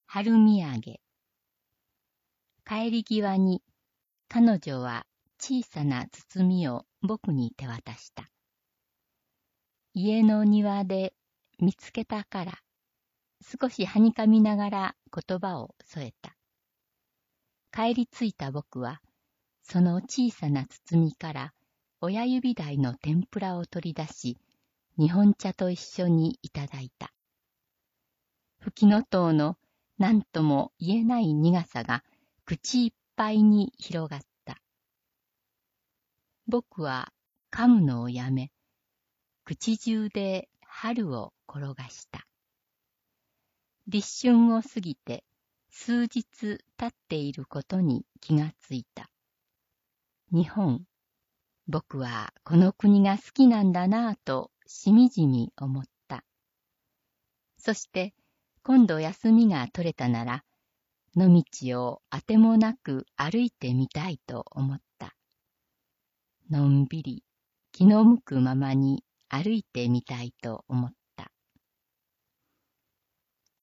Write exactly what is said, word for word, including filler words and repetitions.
春土産。帰り際に彼女は小さな包みを僕に手渡した。家の庭で見つけたから、少しはにかみながら言葉を添えた。帰り着いた僕は、その小さな包みから親指大の天ぷらを取り出し、日本茶と一緒にいただいた。フキノトウの何とも言えない苦さが口いっぱいに広がった。僕は噛むのをやめ、口中で春を転がした。立春を過ぎて数日経っていることに気がついた。日本、僕はこの国が好きなんだなぁとしみじみ思った。そして今度休みが取れたなら、野道をあてもなく歩いてみたいと思った。のんびり気の向くままに歩いてみたいと思った。